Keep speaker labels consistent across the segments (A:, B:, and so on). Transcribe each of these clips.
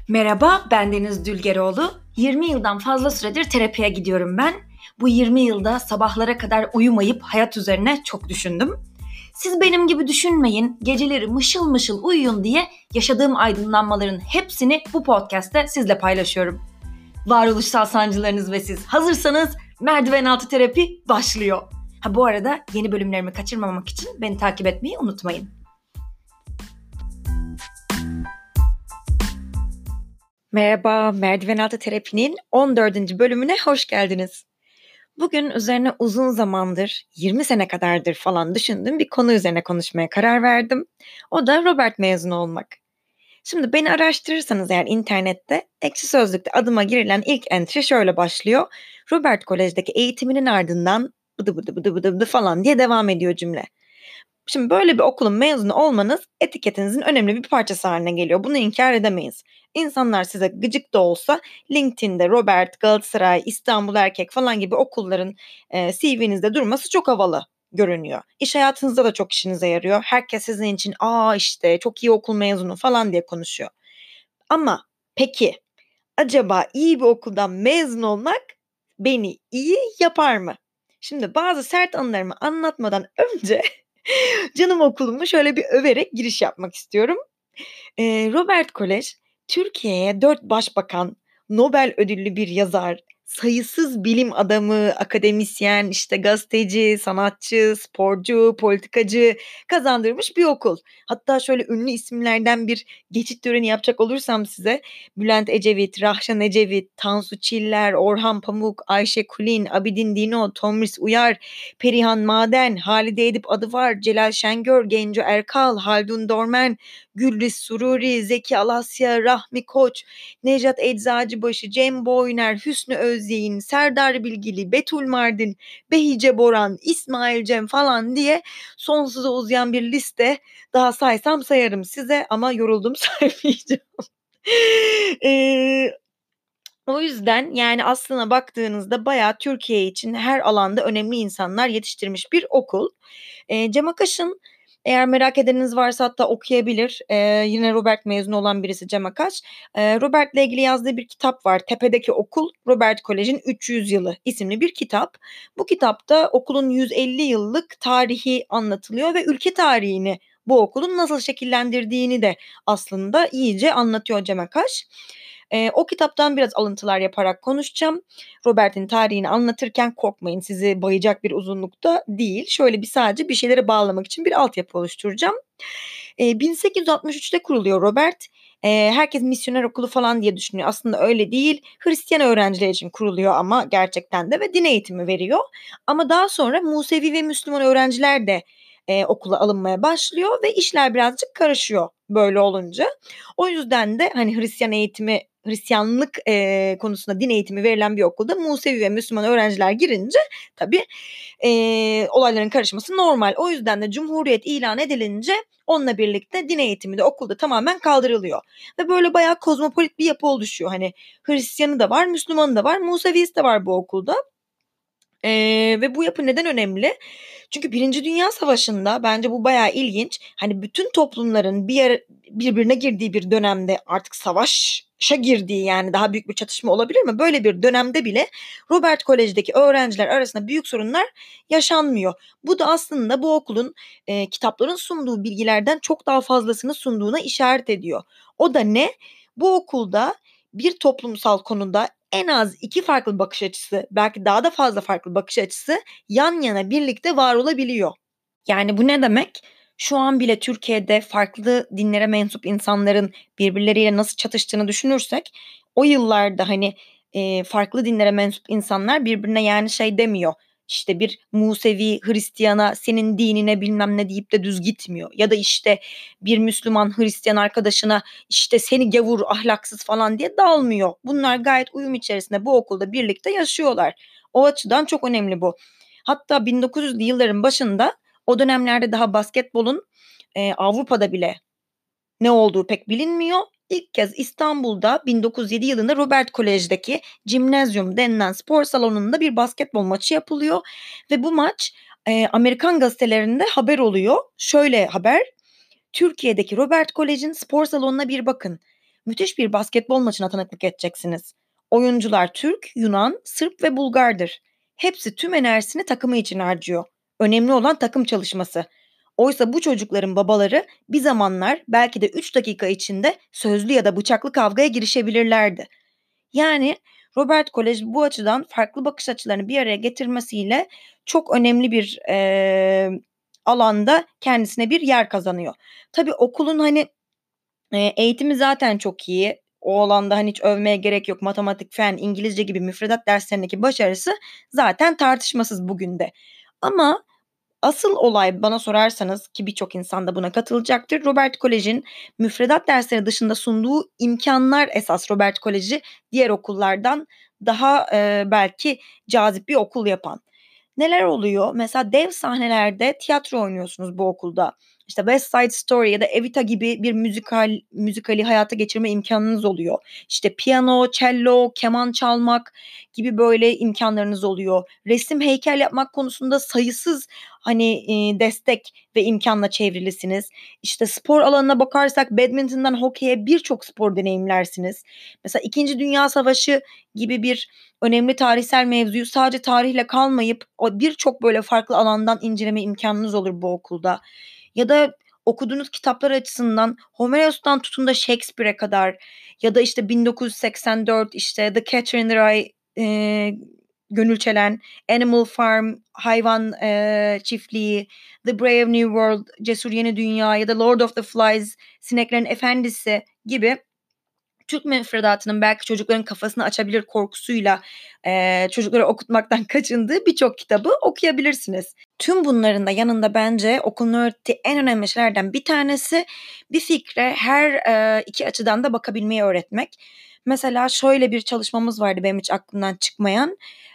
A: Merhaba, ben Deniz Dülgeroğlu. 20 yıldan fazla süredir terapiye gidiyorum ben. Bu 20 yılda sabahlara kadar uyumayıp hayat üzerine çok düşündüm. Siz benim gibi düşünmeyin, geceleri mışıl mışıl uyuyun diye yaşadığım aydınlanmaların hepsini bu podcast'te sizle paylaşıyorum. Varoluşsal sancılarınız ve siz hazırsanız merdiven altı terapi başlıyor. Bu arada yeni bölümlerimi kaçırmamak için beni takip etmeyi unutmayın. Merhaba, Merdiven Altı Terapi'nin 14. bölümüne hoş geldiniz. Bugün üzerine uzun zamandır, 20 sene kadardır falan düşündüğüm bir konu üzerine konuşmaya karar verdim. O da Robert mezunu olmak. Şimdi beni araştırırsanız eğer internette Ekşi Sözlük'te adıma girilen ilk entry şöyle başlıyor. Robert Kolej'deki eğitiminin ardından bıdı bıdı bıdı bıdı bıdı falan diye devam ediyor cümle. Şimdi böyle bir okulun mezunu olmanız etiketinizin önemli bir parçası haline geliyor. Bunu inkar edemeyiz. İnsanlar size gıcık da olsa LinkedIn'de Robert, Galatasaray, İstanbul Erkek falan gibi okulların CV'nizde durması çok havalı görünüyor. İş hayatınızda da çok işinize yarıyor. Herkes sizin için işte çok iyi okul mezunu falan diye konuşuyor. Ama peki acaba iyi bir okuldan mezun olmak beni iyi yapar mı? Şimdi bazı sert anılarımı anlatmadan önce canım okulumu şöyle bir överek giriş yapmak istiyorum. Robert Kolej, Türkiye'ye 4 başbakan, Nobel ödüllü bir yazar, sayısız bilim adamı, akademisyen, gazeteci, sanatçı, sporcu, politikacı kazandırmış bir okul. Hatta şöyle ünlü isimlerden bir geçit töreni yapacak olursam size Bülent Ecevit, Rahşan Ecevit, Tansu Çiller, Orhan Pamuk, Ayşe Kulin, Abidin Dino, Tomris Uyar, Perihan Maden, Halide Edip Adıvar, Celal Şengör, Genco Erkal, Haldun Dormen, Gülriz Sururi, Zeki Alasya, Rahmi Koç, Nejat Eczacıbaşı, Cem Boyner, Hüsnü Özyeğin, Serdar Bilgili, Betül Mardin, Behice Boran, İsmail Cem falan diye sonsuza uzayan bir liste. Daha saysam sayarım size ama yoruldum saymayacağım. Eee, O yüzden yani aslına baktığınızda bayağı Türkiye için her alanda önemli insanlar yetiştirmiş bir okul. Cem Akaş'ın eğer merak edeniniz varsa hatta okuyabilir. Yine Robert mezunu olan birisi Cem Akaş. Robert'le ilgili yazdığı bir kitap var. Tepedeki Okul, Robert Kolej'in 300 Yılı isimli bir kitap. Bu kitapta okulun 150 yıllık tarihi anlatılıyor ve ülke tarihini bu okulun nasıl şekillendirdiğini de aslında iyice anlatıyor Cem Akaş. O kitaptan biraz alıntılar yaparak konuşacağım. Robert'in tarihini anlatırken korkmayın, sizi bayacak bir uzunlukta değil. Şöyle sadece bir şeylere bağlamak için bir altyapı oluşturacağım. 1863'te kuruluyor Robert. Herkes misyoner okulu falan diye düşünüyor. Aslında öyle değil. Hristiyan öğrenciler için kuruluyor ama gerçekten de ve din eğitimi veriyor. Ama daha sonra Musevi ve Müslüman öğrenciler de okula alınmaya başlıyor ve işler birazcık karışıyor böyle olunca. O yüzden de hani Hristiyanlık konusunda din eğitimi verilen bir okulda Musevi ve Müslüman öğrenciler girince tabii olayların karışması normal. O yüzden de Cumhuriyet ilan edilince onunla birlikte din eğitimi de okulda tamamen kaldırılıyor. Ve böyle bayağı kozmopolit bir yapı oluşuyor. Hani Hristiyanı da var, Müslümanı da var, Musevisi de var bu okulda. Ve bu yapı neden önemli? Çünkü Birinci Dünya Savaşı'nda bence bu bayağı ilginç. Hani bütün toplumların birbirine girdiği bir dönemde artık savaşa girdiği yani daha büyük bir çatışma olabilir mi? Böyle bir dönemde bile Robert Kolej'deki öğrenciler arasında büyük sorunlar yaşanmıyor. Bu da aslında bu okulun kitapların sunduğu bilgilerden çok daha fazlasını sunduğuna işaret ediyor. O da ne? Bu okulda bir toplumsal konuda en az 2 farklı bakış açısı, belki daha da fazla farklı bakış açısı yan yana birlikte var olabiliyor. Yani bu ne demek? Şu an bile Türkiye'de farklı dinlere mensup insanların birbirleriyle nasıl çatıştığını düşünürsek o yıllarda hani farklı dinlere mensup insanlar birbirine yani şey demiyor. İşte bir Musevi Hristiyana senin dinine bilmem ne deyip de düz gitmiyor. Ya da işte bir Müslüman Hristiyan arkadaşına işte seni gavur ahlaksız falan diye dalmıyor. Bunlar gayet uyum içerisinde bu okulda birlikte yaşıyorlar. O açıdan çok önemli bu. Hatta 1900'lü yılların başında o dönemlerde daha basketbolun Avrupa'da bile ne olduğu pek bilinmiyor. İlk kez İstanbul'da 1907 yılında Robert Kolej'deki Gymnasium denilen spor salonunda bir basketbol maçı yapılıyor. Ve bu maç Amerikan gazetelerinde haber oluyor. Şöyle haber: Türkiye'deki Robert Kolej'in spor salonuna bir bakın. müthiş bir basketbol maçına tanıklık edeceksiniz. Oyuncular Türk, Yunan, Sırp ve Bulgardır. Hepsi tüm enerjisini takımı için harcıyor. Önemli olan takım çalışması. Oysa bu çocukların babaları bir zamanlar belki de 3 dakika içinde sözlü ya da bıçaklı kavgaya girişebilirlerdi. Yani Robert Kolej bu açıdan farklı bakış açılarını bir araya getirmesiyle çok önemli bir alanda kendisine bir yer kazanıyor. Tabii okulun hani eğitimi zaten çok iyi. O alanda hani hiç övmeye gerek yok. Matematik, fen, İngilizce gibi müfredat derslerindeki başarısı zaten tartışmasız bugün de. Ama asıl olay bana sorarsanız ki birçok insan da buna katılacaktır. Robert Kolej'in müfredat dersleri dışında sunduğu imkanlar esas Robert Kolej'i diğer okullardan daha belki cazip bir okul yapan. Neler oluyor? Mesela dev sahnelerde tiyatro oynuyorsunuz bu okulda. İşte West Side Story ya da Evita gibi bir müzikali hayata geçirme imkanınız oluyor. İşte piyano, cello, keman çalmak gibi böyle imkanlarınız oluyor. Resim, heykel yapmak konusunda sayısız hani destek ve imkanla çevrilisiniz. İşte spor alanına bakarsak badminton'dan hokeye birçok spor deneyimlersiniz. Mesela İkinci Dünya Savaşı gibi bir önemli tarihsel mevzuyu sadece tarihle kalmayıp o birçok böyle farklı alandan inceleme imkanınız olur bu okulda. Ya da okuduğunuz kitaplar açısından Homeros'tan tutun da Shakespeare'e kadar ya da işte 1984 işte The Catcher in the Rye Gönül Çelen, Animal Farm, Hayvan Çiftliği, The Brave New World, Cesur Yeni Dünya ya da Lord of the Flies, Sineklerin Efendisi gibi Türk müfredatının belki çocukların kafasını açabilir korkusuyla çocukları okutmaktan kaçındığı birçok kitabı okuyabilirsiniz. Tüm bunların da yanında bence okulun öğrettiği en önemli şeylerden bir tanesi bir fikre her iki açıdan da bakabilmeyi öğretmek. Mesela şöyle bir çalışmamız vardı benim hiç aklımdan çıkmayan.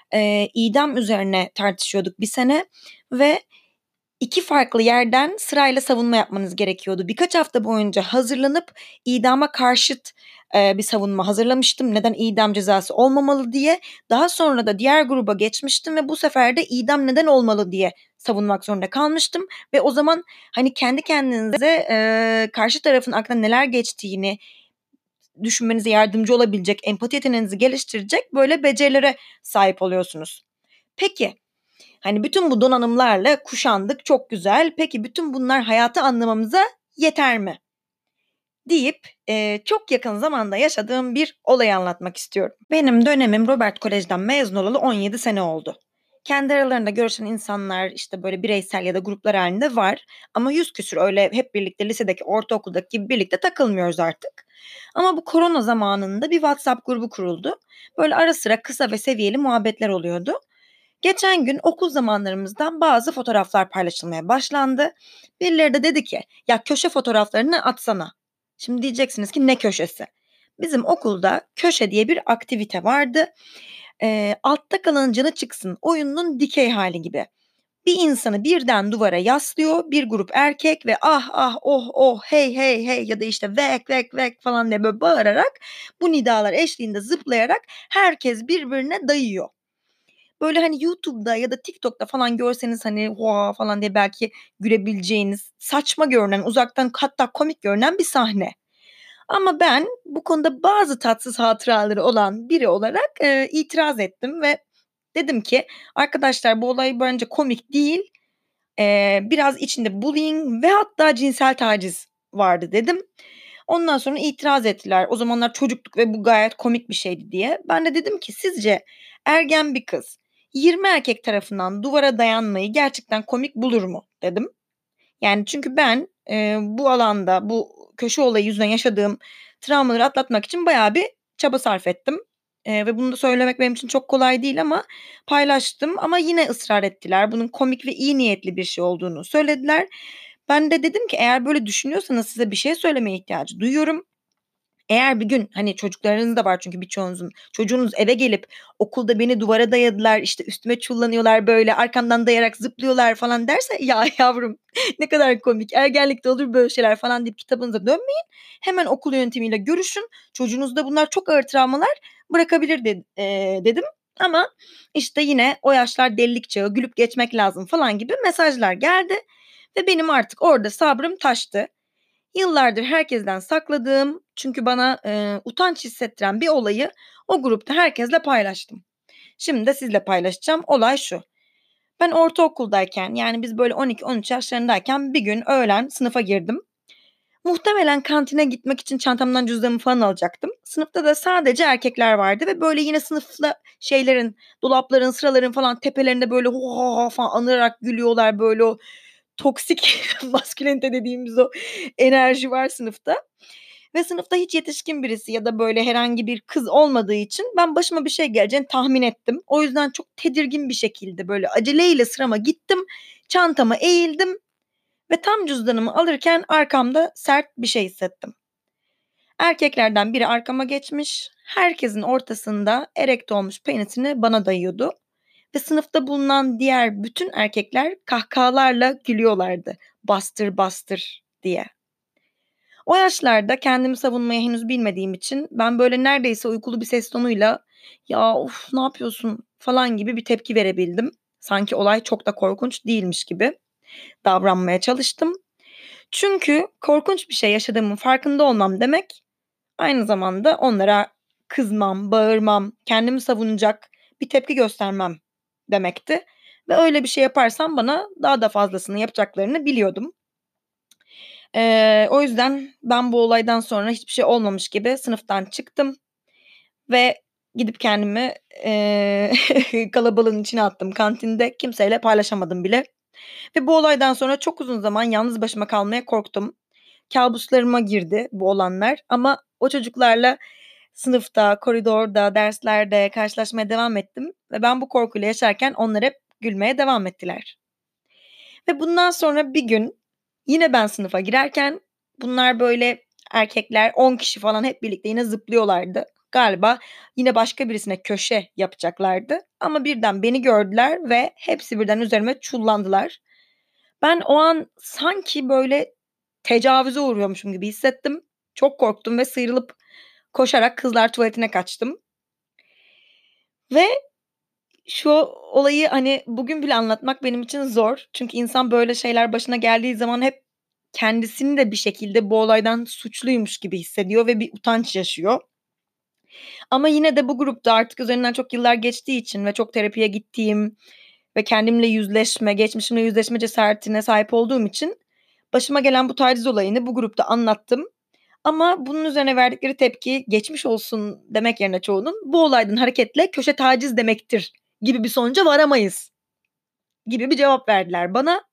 A: İdam üzerine tartışıyorduk bir sene ve İki farklı yerden sırayla savunma yapmanız gerekiyordu. Birkaç hafta boyunca hazırlanıp idama karşıt bir savunma hazırlamıştım. Neden idam cezası olmamalı diye. Daha sonra da diğer gruba geçmiştim ve bu sefer de idam neden olmalı diye savunmak zorunda kalmıştım. Ve o zaman hani kendi kendinize karşı tarafın aklına neler geçtiğini düşünmenize yardımcı olabilecek, empati yeteneğinizi geliştirecek böyle becerilere sahip oluyorsunuz. Peki. Hani bütün bu donanımlarla kuşandık çok güzel. Peki bütün bunlar hayatı anlamamıza yeter mi? Deyip çok yakın zamanda yaşadığım bir olayı anlatmak istiyorum. Benim dönemim Robert Kolej'den mezun olalı 17 sene oldu. Kendi aralarında görüşen insanlar işte böyle bireysel ya da gruplar halinde var. Ama yüz küsür öyle hep birlikte lisedeki, ortaokuldaki gibi birlikte takılmıyoruz artık. Ama bu korona zamanında bir WhatsApp grubu kuruldu. Böyle ara sıra kısa ve seviyeli muhabbetler oluyordu. Geçen gün okul zamanlarımızdan bazı fotoğraflar paylaşılmaya başlandı. Birileri de dedi ki ya köşe fotoğraflarını atsana. Şimdi diyeceksiniz ki ne köşesi? Bizim okulda köşe diye bir aktivite vardı. Altta kalan canı çıksın oyununun dikey hali gibi. Bir insanı birden duvara yaslıyor bir grup erkek ve ah ah oh oh hey hey hey ya da işte vek vek vek falan diye böyle bağırarak bu nidalar eşliğinde zıplayarak herkes birbirine dayıyor. Böyle, hani, YouTube'da ya da TikTok'ta falan görseniz, hani, "Hoa!" falan diye belki gülebileceğiniz, saçma görünen, uzaktan hatta komik görünen bir sahne. Ama ben bu konuda bazı tatsız hatıraları olan biri olarak, itiraz ettim ve dedim ki, "Arkadaşlar bu olay bence komik değil, biraz içinde bullying ve hatta cinsel taciz vardı." dedim. Ondan sonra itiraz ettiler. O zamanlar çocuktuk ve bu gayet komik bir şeydi diye. Ben de dedim ki sizce ergen bir kız 20 erkek tarafından duvara dayanmayı gerçekten komik bulur mu dedim. Yani çünkü ben bu alanda bu köşe olayı yüzünden yaşadığım travmaları atlatmak için bayağı bir çaba sarf ettim. Ve bunu da söylemek benim için çok kolay değil ama paylaştım ama yine ısrar ettiler. Bunun komik ve iyi niyetli bir şey olduğunu söylediler. Ben de dedim ki eğer böyle düşünüyorsanız size bir şey söylemeye ihtiyacı duyuyorum. Eğer bir gün, hani, çocuklarınız da var çünkü birçoğunuzun, çocuğunuz eve gelip okulda beni duvara dayadılar, işte, üstüme çullanıyorlar, böyle, arkamdan dayayarak zıplıyorlar falan derse, "Ya yavrum ne kadar komik, ergenlikte olur böyle şeyler." falan deyip kitabınıza dönmeyin. Hemen okul yönetimiyle görüşün. Çocuğunuzda bunlar çok ağır travmalar bırakabilir dedim. Ama, işte, yine o yaşlar delilik çağı, gülüp geçmek lazım falan gibi mesajlar geldi ve benim artık orada sabrım taştı. Yıllardır herkesten sakladığım çünkü bana, utanç hissettiren bir olayı o grupta herkesle paylaştım. Şimdi de sizle paylaşacağım. Olay şu: Ben ortaokuldayken, yani biz böyle 12-13 yaşlarındayken bir gün öğlen sınıfa girdim. Muhtemelen kantine gitmek için çantamdan cüzdanımı falan alacaktım. Sınıfta da sadece erkekler vardı ve böyle yine sınıfla şeylerin, dolapların, sıraların falan tepelerinde böyle "ho ha ha" falan anırarak gülüyorlar. Böyle o toksik maskülenite dediğimiz o enerji var sınıfta. Ve sınıfta hiç yetişkin birisi ya da böyle herhangi bir kız olmadığı için ben başıma bir şey geleceğini tahmin ettim. O yüzden çok tedirgin bir şekilde böyle aceleyle sırama gittim. Çantama eğildim ve tam cüzdanımı alırken arkamda sert bir şey hissettim. Erkeklerden biri arkama geçmiş, herkesin ortasında erekte olmuş penisini bana dayıyordu ve sınıfta bulunan diğer bütün erkekler kahkahalarla gülüyorlardı. Bastır bastır diye. O yaşlarda kendimi savunmayı henüz bilmediğim için ben böyle neredeyse uykulu bir ses tonuyla "Ya of ne yapıyorsun?" falan gibi bir tepki verebildim. Sanki olay çok da korkunç değilmiş gibi davranmaya çalıştım. Çünkü korkunç bir şey yaşadığımın farkında olmam demek, aynı zamanda onlara kızmam, bağırmam, kendimi savunacak bir tepki göstermem demekti ve öyle bir şey yaparsam bana daha da fazlasını yapacaklarını biliyordum. O yüzden ben bu olaydan sonra hiçbir şey olmamış gibi sınıftan çıktım ve gidip kendimi, kalabalığın içine attım kantinde. Kimseyle paylaşamadım bile ve bu olaydan sonra çok uzun zaman yalnız başıma kalmaya korktum. Kâbuslarıma girdi bu olanlar ama o çocuklarla sınıfta, koridorda, derslerde karşılaşmaya devam ettim ve ben bu korkuyla yaşarken onlar hep gülmeye devam ettiler. Ve bundan sonra bir gün yine ben sınıfa girerken bunlar böyle erkekler 10 kişi falan hep birlikte yine zıplıyorlardı. Galiba yine başka birisine köşe yapacaklardı ama birden beni gördüler ve hepsi birden üzerime çullandılar. Ben o an sanki böyle tecavüze uğruyormuşum gibi hissettim. Çok korktum ve sıyrılıp koşarak kızlar tuvaletine kaçtım ve şu olayı, hani, bugün bile anlatmak benim için zor. Çünkü insan böyle şeyler başına geldiği zaman hep kendisini de bir şekilde bu olaydan suçluymuş gibi hissediyor ve bir utanç yaşıyor. Ama yine de bu grupta artık üzerinden çok yıllar geçtiği için ve çok terapiye gittiğim ve kendimle yüzleşme, geçmişimle yüzleşme cesaretine sahip olduğum için başıma gelen bu taciz olayını bu grupta anlattım. Ama bunun üzerine verdikleri tepki geçmiş olsun demek yerine çoğunun bu olaydan hareketle köşe taciz demektir gibi bir sonuca varamayız gibi bir cevap verdiler bana.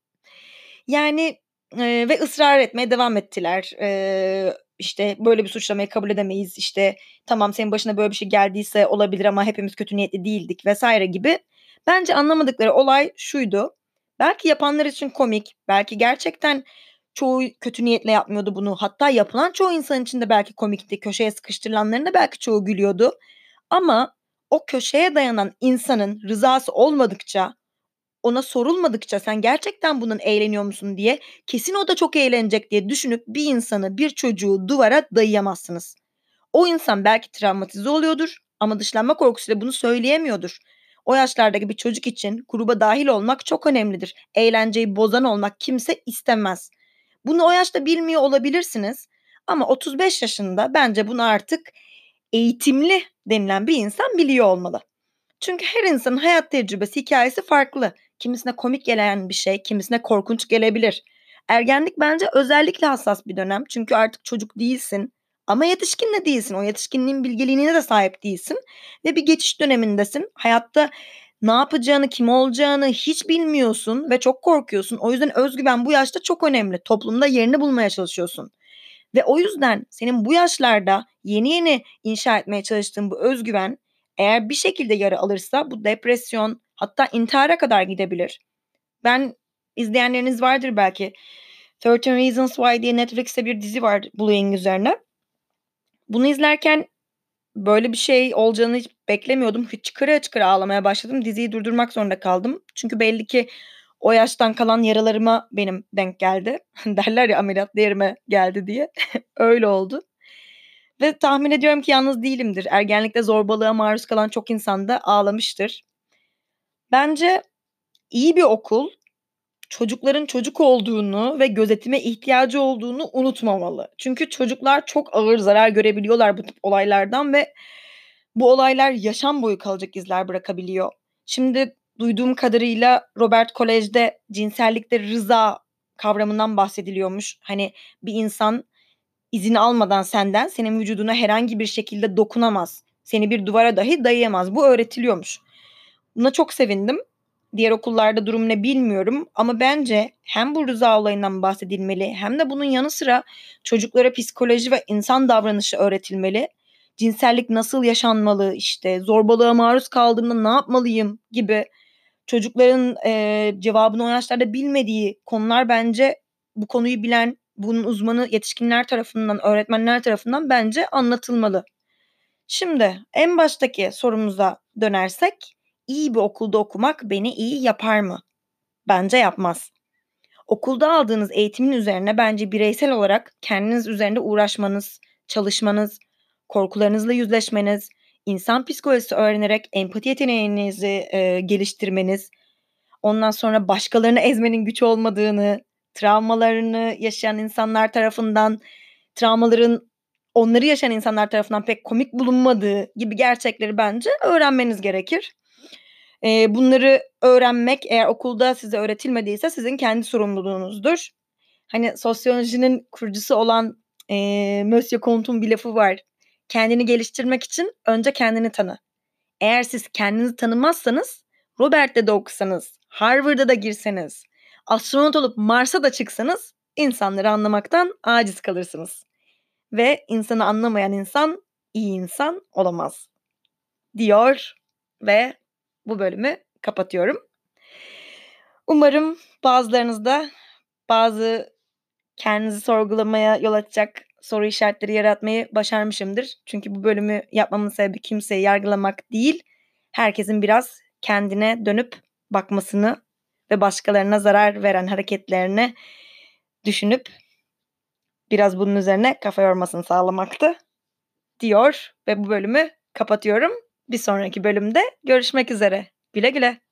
A: Yani, ve ısrar etmeye devam ettiler. İşte, "Böyle bir suçlamayı kabul edemeyiz." İşte, "Tamam, senin başına böyle bir şey geldiyse olabilir ama hepimiz kötü niyetli değildik." vs. gibi. Bence anlamadıkları olay şuydu: Belki yapanlar için komik, belki gerçekten çoğu kötü niyetle yapmıyordu bunu. Hatta yapılan çoğu insan için de belki komikti. Köşeye sıkıştırılanların da belki çoğu gülüyordu. Ama o köşeye dayanan insanın rızası olmadıkça, ona sorulmadıkça sen gerçekten bundan eğleniyor musun diye kesin o da çok eğlenecek diye düşünüp bir insanı, bir çocuğu duvara dayayamazsınız. O insan belki travmatize oluyordur ama dışlanma korkusuyla bunu söyleyemiyordur. O yaşlardaki bir çocuk için gruba dahil olmak çok önemlidir. Eğlenceyi bozan olmak kimse istemez. Bunu o yaşta bilmiyor olabilirsiniz ama 35 yaşında bence bunu artık eğitimli denilen bir insan biliyor olmalı. Çünkü her insanın hayat tecrübesi, hikâyesi farklı. Kimisine komik gelen bir şey, kimisine korkunç gelebilir. Ergenlik bence özellikle hassas bir dönem. Çünkü artık çocuk değilsin ama yetişkin de değilsin. O yetişkinliğin bilgeliğine de sahip değilsin ve bir geçiş dönemindesin. Hayatta ne yapacağını, kim olacağını hiç bilmiyorsun ve çok korkuyorsun. O yüzden özgüven bu yaşta çok önemli. Toplumda yerini bulmaya çalışıyorsun. Ve o yüzden senin bu yaşlarda yeni yeni inşa etmeye çalıştığın bu özgüven eğer bir şekilde yara alırsa bu depresyon hatta intihara kadar gidebilir. Ben izleyenleriniz vardır belki. 13 Reasons Why diye Netflix'te bir dizi var bullying üzerine. Bunu izlerken böyle bir şey olacağını hiç beklemiyordum. Hıçkıra hıçkıra ağlamaya başladım. Diziyi durdurmak zorunda kaldım. Çünkü belli ki o yaştan kalan yaralarıma benim denk geldi. Derler ya ameliyatlı yerime geldi diye. Öyle oldu. Ve tahmin ediyorum ki yalnız değilimdir. Ergenlikte zorbalığa maruz kalan çok insan da ağlamıştır. Bence iyi bir okul çocukların çocuk olduğunu ve gözetime ihtiyacı olduğunu unutmamalı. Çünkü çocuklar çok ağır zarar görebiliyorlar bu tip olaylardan ve bu olaylar yaşam boyu kalacak izler bırakabiliyor. Şimdi duyduğum kadarıyla Robert Kolej'de cinsellikte rıza kavramından bahsediliyormuş. Hani bir insan izin almadan senden senin vücuduna herhangi bir şekilde dokunamaz. Seni bir duvara dahi dayayamaz. Bu öğretiliyormuş. Buna çok sevindim. Diğer okullarda durum ne bilmiyorum ama bence hem bu rıza olayından bahsedilmeli hem de bunun yanı sıra çocuklara psikoloji ve insan davranışı öğretilmeli. Cinsellik nasıl yaşanmalı, işte zorbalığa maruz kaldığımda ne yapmalıyım gibi çocukların cevabını o yaşlarda bilmediği konular bence bu konuyu bilen, bunun uzmanı yetişkinler tarafından, öğretmenler tarafından bence anlatılmalı. Şimdi en baştaki sorumuza dönersek, iyi bir okulda okumak beni iyi yapar mı? Bence yapmaz. Okulda aldığınız eğitimin üzerine bence bireysel olarak kendiniz üzerinde uğraşmanız, çalışmanız, korkularınızla yüzleşmeniz, insan psikolojisi öğrenerek empati yeteneğinizi geliştirmeniz, ondan sonra başkalarını ezmenin güç olmadığını, travmalarını yaşayan insanlar tarafından, travmaların onları yaşayan insanlar tarafından pek komik bulunmadığı gibi gerçekleri bence öğrenmeniz gerekir. Bunları öğrenmek eğer okulda size öğretilmediyse sizin kendi sorumluluğunuzdur. Hani sosyolojinin kurucusu olan Monsieur Comte'un bir lafı var. Kendini geliştirmek için önce kendini tanı. Eğer siz kendinizi tanımazsanız Robert'te de okusanız, Harvard'a da girseniz, astronot olup Mars'a da çıksanız insanları anlamaktan aciz kalırsınız. Ve insanı anlamayan insan iyi insan olamaz diyor ve bu bölümü kapatıyorum. Umarım bazılarınız da bazı kendinizi sorgulamaya yol açacak soru işaretleri yaratmayı başarmışımdır. Çünkü bu bölümü yapmamın sebebi kimseyi yargılamak değil, herkesin biraz kendine dönüp bakmasını ve başkalarına zarar veren hareketlerini düşünüp biraz bunun üzerine kafa yormasını sağlamaktı diyor ve bu bölümü kapatıyorum. Bir sonraki bölümde görüşmek üzere. Güle güle.